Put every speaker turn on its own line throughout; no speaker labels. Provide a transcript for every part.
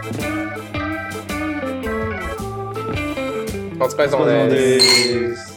お疲れ様です。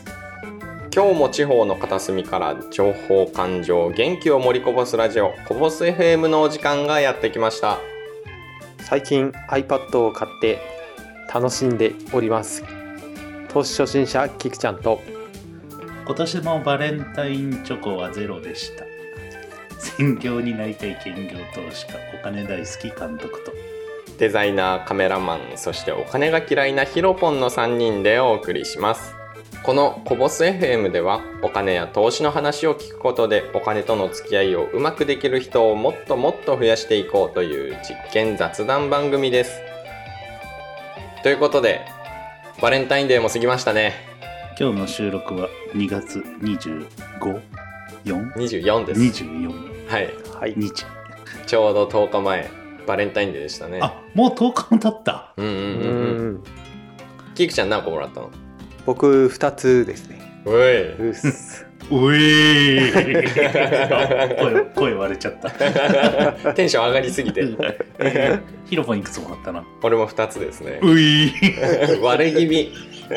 今日も地方の片隅から情報感情元気を盛りこぼすラジオこぼす FM のお時間がやってきました。
最近 iPad を買って楽しんでおります。投資初心者キクちゃんと、
今年もバレンタインチョコはゼロでした。専業になりたい兼業投資家、お金大好き監督と、
デザイナー、カメラマン、そしてお金が嫌いなヒロポンの3人でお送りします。このコボス FM ではお金や投資の話を聞くことでお金との付き合いをうまくできる人をもっともっと増やしていこうという実験雑談番組です。ということでバレンタインデーも過ぎましたね。
今日の収録は2月25、
24です。
24、
はい、
日。
ちょうど10日前バレンタインデーでしたね。
あ、もう10日も経った。
キクちゃん何個もらったの？
僕2つですね。
うい
うい声割れちゃった
テンション上がりすぎて
ヒロポンいくつもらったな？
俺も2つですね。
うい
割れ気味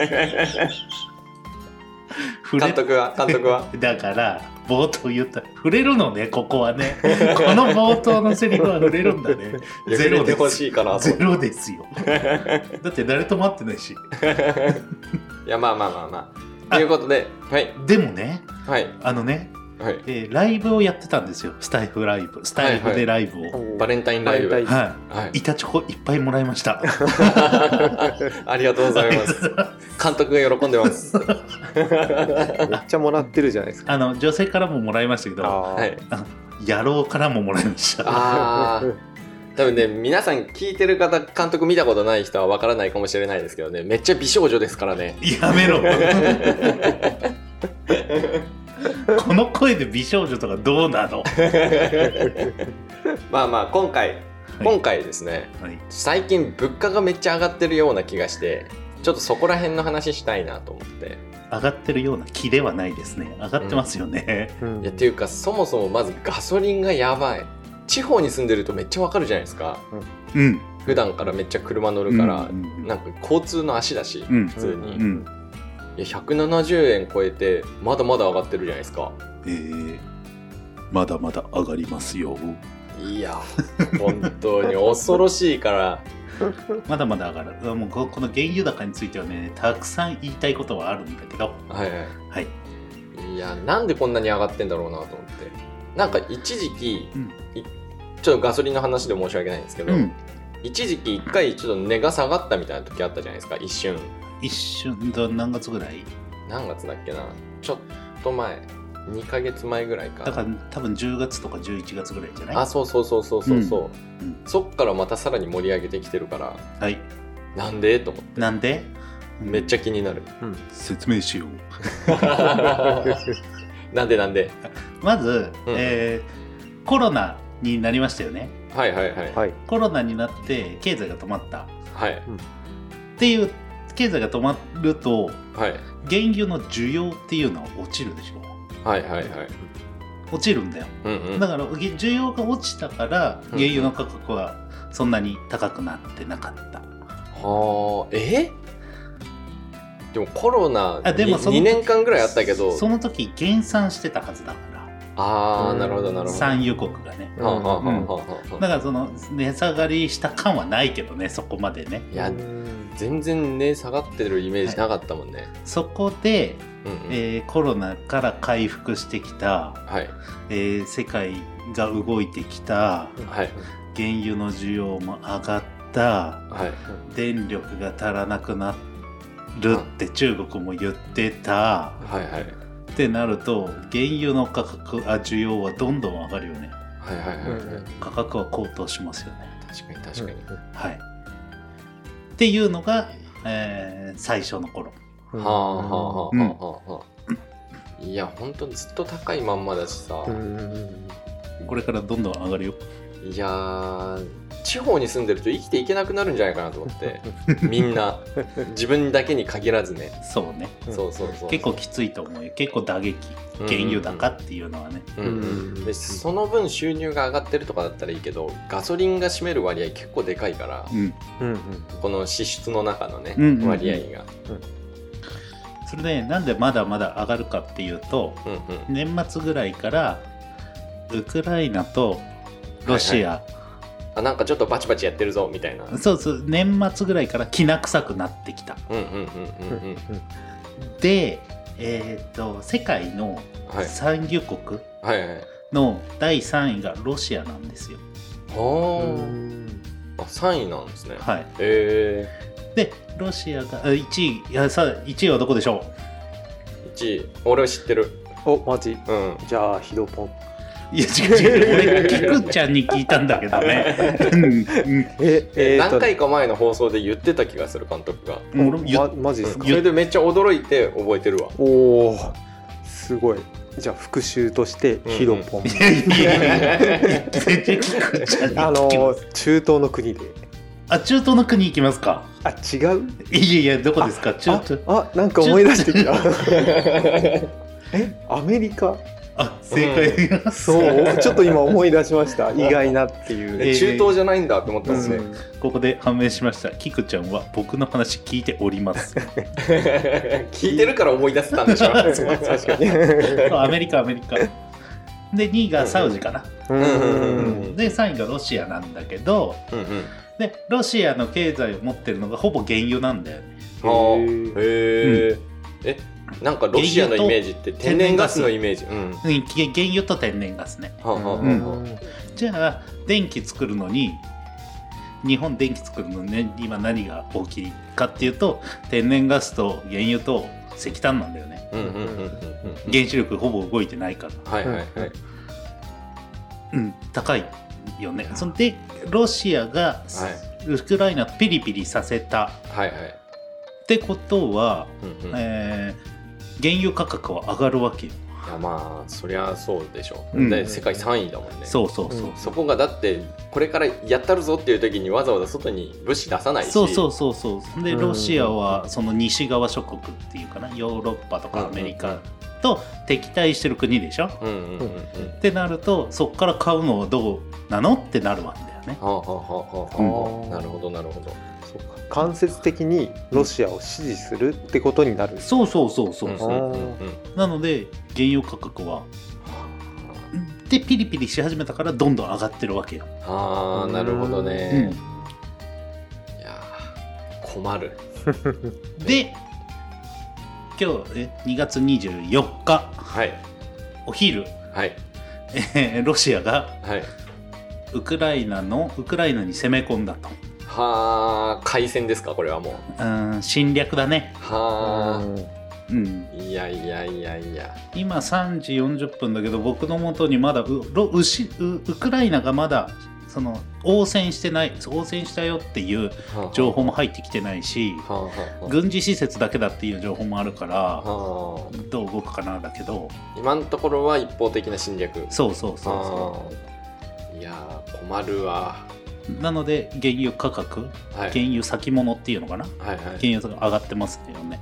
監督は
だから冒頭言った触れるのね、ここはねこの冒頭のセリフは触れるんだね。
ゼロで欲しいかな。
ゼロですよだって誰とも会ってないし
いやまあということで、はい、
でもね、
はい、はい、
ライブをやってたんですよ。スタイフでライブを、
バレンタインライブ、
板チョコいっぱいもらいました
ありがとうございます監督が喜んでます
めっちゃもらってるじゃないですか。
女性からももらいましたけど、野郎からももらいました。
多分ね、皆さん聞いてる方、監督見たことない人はわからないかもしれないですけどね、めっちゃ美少女ですからね。
やめろこの声で美少女とかどうなの
まあ今回ですね、最近物価がめっちゃ上がってるような気がして、ちょっとそこら辺の話したいなと思って。
上がってるような気ではないですね。上がってますよね、
いやっていうか、そもそもまずガソリンがやばい。地方に住んでるとめっちゃわかるじゃないですか、普段からめっちゃ車乗るから、なんか交通の足だし、普通に、いや170円超えてまだまだ上がってるじゃないですか。
まだまだ上がりますよ。い
や本当に恐ろしいから
まだまだ上がる。もうこの原油高についてはね、たくさん言いたいことはあるんだけど、
いやなんでこんなに上がってんだろうなと思って。なんか一時期、ちょっとガソリンの話で申し訳ないんですけど、一時期一回ちょっと値が下がったみたいな時あったじゃないですか。一瞬
何月ぐらい？
何月だっけな、ちょっと前、2ヶ月前ぐらいか。
だから多分10月とか11月ぐらいじゃない？
そう、そっからまたさらに盛り上げてきてるから、なんでと思って。
なんで？
めっちゃ気になる、
説明しよう
なんで
まず、コロナになりましたよね。コロナになって経済が止まった、っていう。経済が止まると、原油の需要っていうのは落ちるでしょ。落ちるんだよ、だから需要が落ちたから原油の価格はそんなに高くなってなかった。
でもコロナ2年間ぐらいあったけど、
その時減産してたはずだから。
なるほど
産油国がね、だからその値下がりした感はないけどね、そこまでね。
いや全然値下がってるイメージなかったもんね、
そこで、コロナから回復してきた、世界が動いてきた、原油の需要も上がった、電力が足らなくなるって中国も言ってた、ってなると原油の価格需要はどんどん上がるよね。価格は高騰しますよね。
確かに、
っていうのが、最初の頃。
いや本当にずっと高いまんまだしさ、
これからどんどん上がるよ。
いやー、地方に住んでると生きていけなくなるんじゃないかなと思ってみんな自分だけに限らずね。
そうね、そう結構きついと思うよ。結構打撃、原油高っていうのはね、
でその分収入が上がってるとかだったらいいけど、ガソリンが占める割合結構でかいから、この支出の中のね、割合が、
それでなんでまだまだ上がるかっていうと、年末ぐらいからウクライナとロシア、
なんかちょっとバチバチやってるぞみたいな。
そうそう、年末ぐらいからきな臭くなってきた。で、世界の産油国の第3位がロシアなんですよ。
3位なんですね。
はい。でロシアが1位、1位はどこでしょ
う。1位俺は知ってる。
お、マジ。じゃあヒロポン。
いや違う、俺キクちゃんに聞いたんだけどね
何回か前の放送で言ってた気がする、監督が。
マジですか。
それでめっちゃ驚いて覚えてるわ。
おお、すごい。じゃあ復習としてヒロポン。中東の国で。
中東の国行きますか。
違う。
いやどこですか。中東。
なんか思い出してきた。アメリカ。
正解。
そうちょっと今思い出しました。意外なっていう。
中東じゃないんだって思ったんですね。
ここで判明しました。キクちゃんは僕の話聞いております。
聞いてるから思い出せたんでしょ。確
かに。アメリカで2位がサウジかな。で3位がロシアなんだけど、でロシアの経済を持ってるのがほぼ原油なんだよね。
なんかロシアのイメージって天然ガスのイメージ。
原油と天然ガスね。じゃあ電気作るのに、日本電気作るのに今何が大きいかっていうと、天然ガスと原油と石炭なんだよね。原子力ほぼ動いてないから。高いよね。そんでロシアがウクライナピリピリさせたってことは、原油価格は上がるわけよ。
いやまあそりゃそうでしょう。で世界3位だもんね。
そう。
そこがだってこれからやったるぞっていう時にわざわざ外に物資出さないし。
そうでロシアはその西側諸国っていうかな、ヨーロッパとかアメリカと敵対してる国でしょ。ってなるとそこから買うのはどうなのってなるわけだよね。
なるほど。
間接的にロシアを支持するってことになる。
そう。なので原油価格はでピリピリし始めたからどんどん上がってるわけよ。
なるほどね。いや困る。
で今日2月24日、お昼、ロシアが、ウクライナに攻め込んだと。
開戦ですかこれはも
う。侵略だね。
いや
今3時40分だけど、僕の元にまだウクライナがまだその応戦したよっていう情報も入ってきてないし、軍事施設だけだっていう情報もあるから、どう動くかなだけど、
今のところは一方的な侵略。
そう。
いや困るわ。
なので原油価格、原油先物っていうのかな、原油が上がってますよね。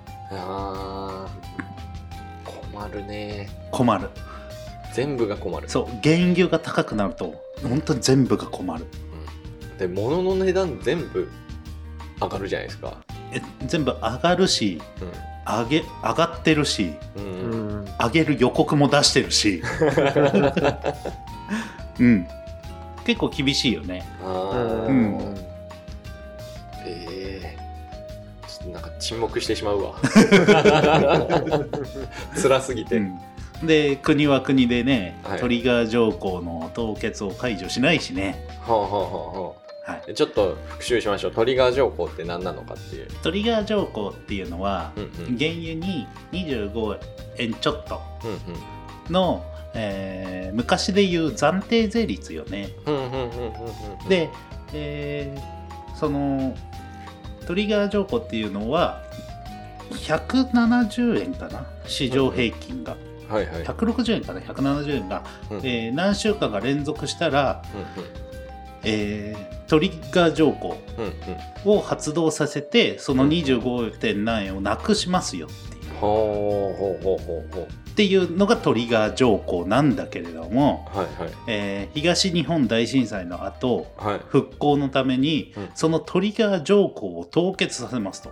困るね。
困る。
全部が困る。
そう、原油が高くなると本当に全部が困る。
で物の値段全部上がるじゃないですか。
全部上がるし、上がってるし、上げる予告も出してるし結構厳しいよね。
なんか沈黙してしまうわ。辛すぎて。
で国は国でね、トリガー条項の凍結を解除しないしね。
ちょっと復習しましょう。トリガー条項って何なのかっていう。
トリガー条項っていうのは、原油に25円ちょっとの、昔でいう暫定税率よね。で、そのトリガー条項っていうのは170円かな、市場平均が。160円かな、170円が、何週間か連続したら、 トリガー条項を発動させて、その 25. 点何円をなくしますよっていうのがトリガー条項なんだけれども、東日本大震災の後、復興のためにそのトリガー条項を凍結させますと。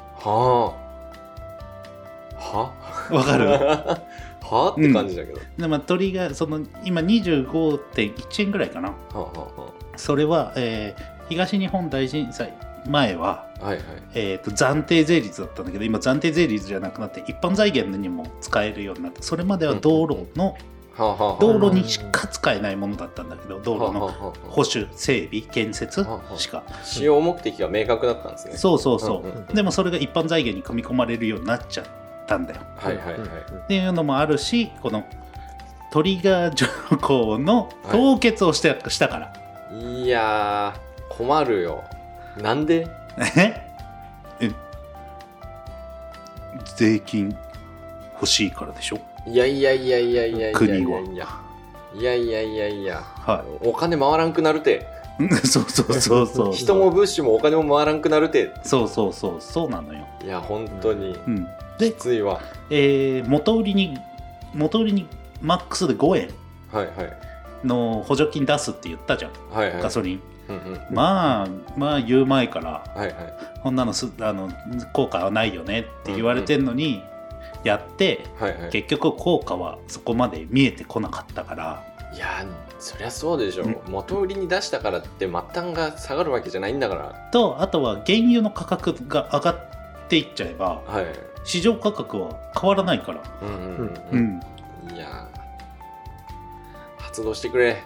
わかる
はって感じだけど、
で、まあ、トリガーその今 25.1 円ぐらいかな。それは、東日本大震災前は、暫定税率だったんだけど、今暫定税率じゃなくなって一般財源にも使えるようになって、それまでは道路にしか使えないものだったんだけど、道路の保守整備建設しか
使用目的が明確だったんですね。
そうでもそれが一般財源に組み込まれるようになっちゃったんだよ。っていうのもあるし、このトリガー条項の凍結をしたから、
いやー困るよ。なんで
税金欲しいからでしょ。
いや
国は。
いや、お金回らんくなるて。
そう
人も物資もお金も回らんくなるて。
そうなのよ。
いや本当に、
で
きついわ。
元売りにマックスで5円の補助金出すって言ったじゃん、ガソリン。まあ言う前から、こんなの効果はないよねって言われてんのに、やって、結局効果はそこまで見えてこなかったから。
いやそりゃそうでしょ、元売りに出したからって末端が下がるわけじゃないんだから。
と、あとは原油の価格が上がっていっちゃえば、市場価格は変わらないから。
いや発動してくれ。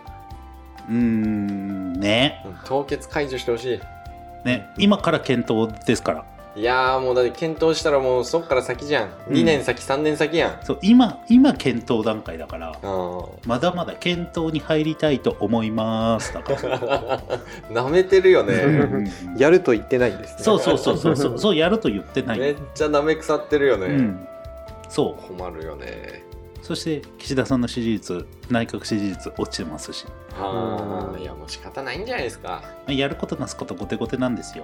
ね、
凍結解除してほしい
ね。今から検討ですから。
いやもうだって検討したらもうそっから先じゃん。2年先3年先やん。
そう、今検討段階だから、まだまだ検討に入りたいと思いますだから
なめてるよね
やると言ってないんですね。
そうやると言ってない。
めっちゃなめ腐ってるよね、
そう
困るよね。
そして岸田さんの支持率、内閣支持率落ちてますし、
いやもう仕方ないんじゃないですか。
やることなすこと後手後手なんですよ。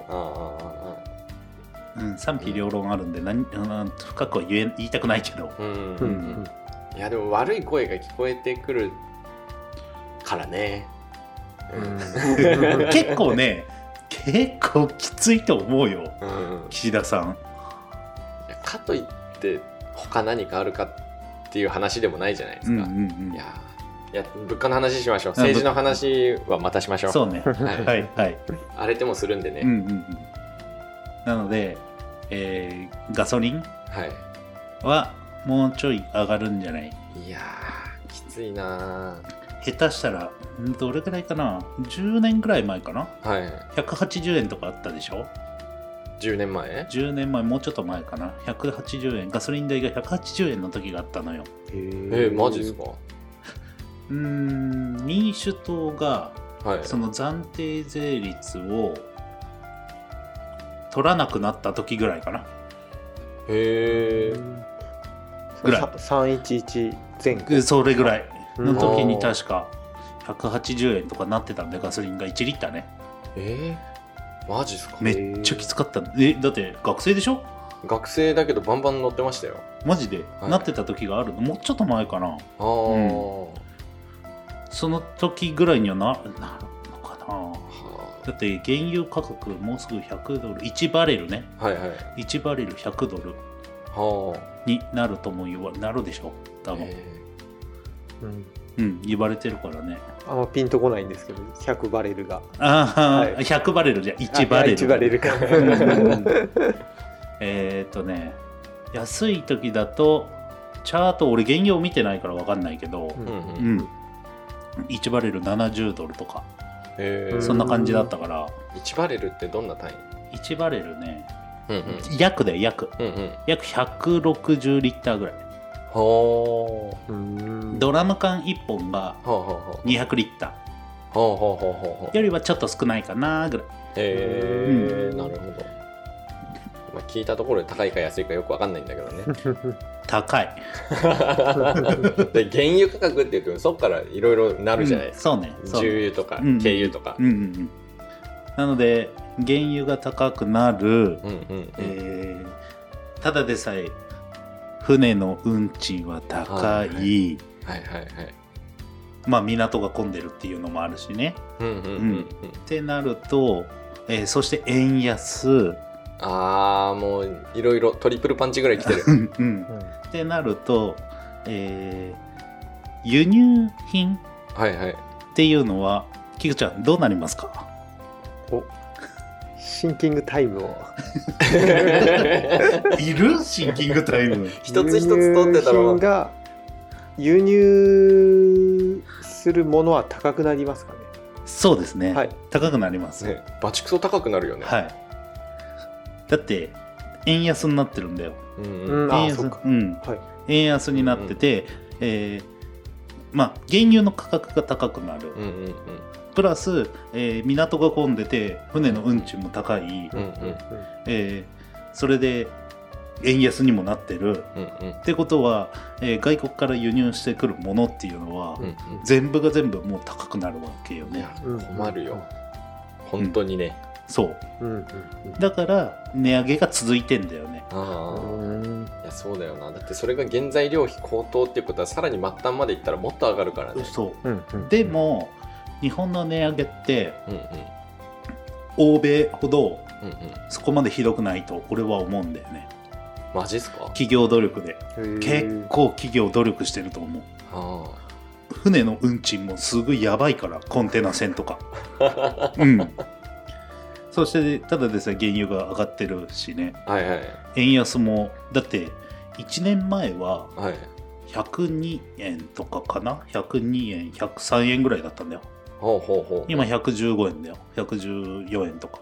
賛否両論あるんで深くは言いたくないけど、
いやでも悪い声が聞こえてくるからね、
結構きついと思うよ、岸田さん。
かといって他何かあるかっていう話でもないじゃないですか。いや物価の話しましょう。政治の話はまたしましょう。
そうね
荒れてもするんでね。
なので、ガソリンはもうちょい上がるんじゃない？
いやきついな。
下手したらどれくらいかな、10年ぐらい前かな、180円とかあったでしょ。
10年前
10年前、もうちょっと前かな。180円、ガソリン代が180円の時があったのよ。
マジですか？
民主党が、その暫定税率を取らなくなった時ぐらいかな。
ぐらい311前後、
それぐらいの時に確か180円とかなってたんで、ガソリンが1リッターね。
マジっすか？
めっちゃきつかった。だって学生でしょ？
学生だけどバンバン乗ってましたよ。
マジで、なってた時があるの。もうちょっと前かな。その時ぐらいにはなるのかな。だって原油価格もうすぐ100ドル1バレルね、1バレル100ドルになるともなるでしょ多分。言われてるからね。
あんまピンとこないんですけど、100バレルが。
100バレルじゃ1バレル。
1バレルか。
安い時だとチャート、俺原油を見てないから分かんないけど、1バレル70ドルとか、そんな感じだったから。
1バレルってどんな単位
？1バレルね、約160リッターぐらい。ドラム缶1本が200リッターよりはちょっと少ないかなぐらい。
なるほど。 聞いたところで高いか安いかよく分かんないんだけどね
高い
で原油価格っていうとそっからいろいろなるじゃないですか、
そうね、
重油とか軽油とか、
なので原油が高くなる、ただでさえ船の運賃は高い、まあ港が混んでるっていうのもあるしね、ってなると、そして円安、
もういろいろトリプルパンチぐらい来てる
ってなると、輸入品っていうのはキクちゃんどうなりますか？
シンキングタイムを
いる？シンキングタイム
一つ一つ取ってたら
輸入するものは高くなりますかね？
そうですね、高くなります、
バチクソ高くなるよね。
だって円安になってるんだよ。円安になってて、まあ原油の価格が高くなる、プラス、港が混んでて船の運賃も高い、それで円安にもなってる、ってことは、外国から輸入してくるものっていうのは、全部が全部もう高くなるわけよね。
困るよ本当にね、
そう、だから値上げが続いてんだよね。
いやそうだよな。だってそれが原材料費高騰っていうことはさらに末端までいったらもっと上がるからね。
そう、でも日本の値上げって、欧米ほどそこまでひどくないと俺は思うんだよね。
マジっすか？企
業努力で結構企業努力してると思う。船の運賃もすごいやばいから、コンテナ船とかそしてただでさえ原油が上がってるしね、円安もだって1年前は102円とかかな、102円103円ぐらいだったんだよ。今115円だよ、114円とか。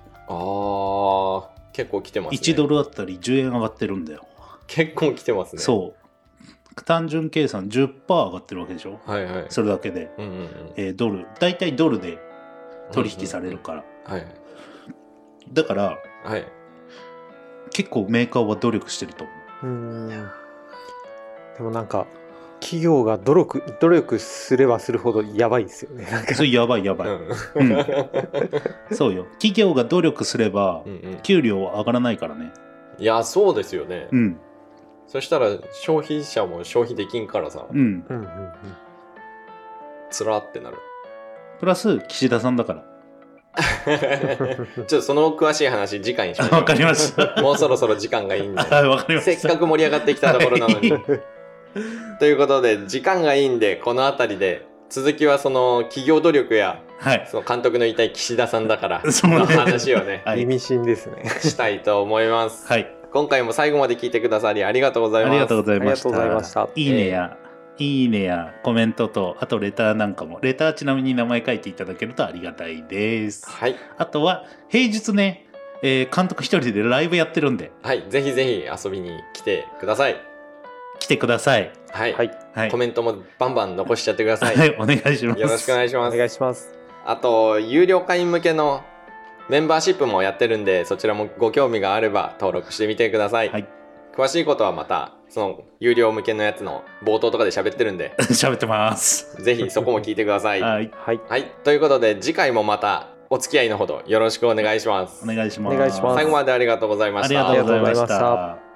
結構来てますね。
1ドルあたり10円上がってるんだよ。
結構来てますね。
そう単純計算 10% 上がってるわけでしょ、それだけで、ドルだいたいドルで取引されるから、だから、結構メーカーは努力してると思う。
でもなんか企業が努力すればするほどやばいですよね。なんか
それやばい、そうよ、企業が努力すれば給料は上がらないからね。
いやそうですよね。そしたら消費者も消費できんからさ、つらってなる。
プラス岸田さんだから
ちょっとその詳しい話次回にしましょう。
わかりました。
もうそろそろ時間がいいんで
わかりました。
せっかく盛り上がってきたところなのにということで時間がいいんで、この辺りで続きはその企業努力や、その監督の言いたい岸田さんだからの話をね、
意味深ですね
したいと思います。今回も最後まで聞いてくださりありがとうございます。
ありがとうございました。いいねやコメントと、あとレターなんかも、レターちなみに名前書いていただけるとありがたいです。あとは平日ね、監督一人でライブやってるんで、
ぜひぜひ遊びに来てください。
来てください。
コメントもバンバン残しちゃってください。
お願いします。
よろしくお願いします。
お願いします。
あと有料会員向けのメンバーシップもやってるんで、そちらもご興味があれば登録してみてください。詳しいことはまたその有料向けのやつの冒頭とかで喋ってるんで
喋ってます。
ぜひそこも聞いてください。ということで次回もまたお付き合いのほどよろしくお願いします。
お願いします。
最後までありがとうございました。
ありがとうございました。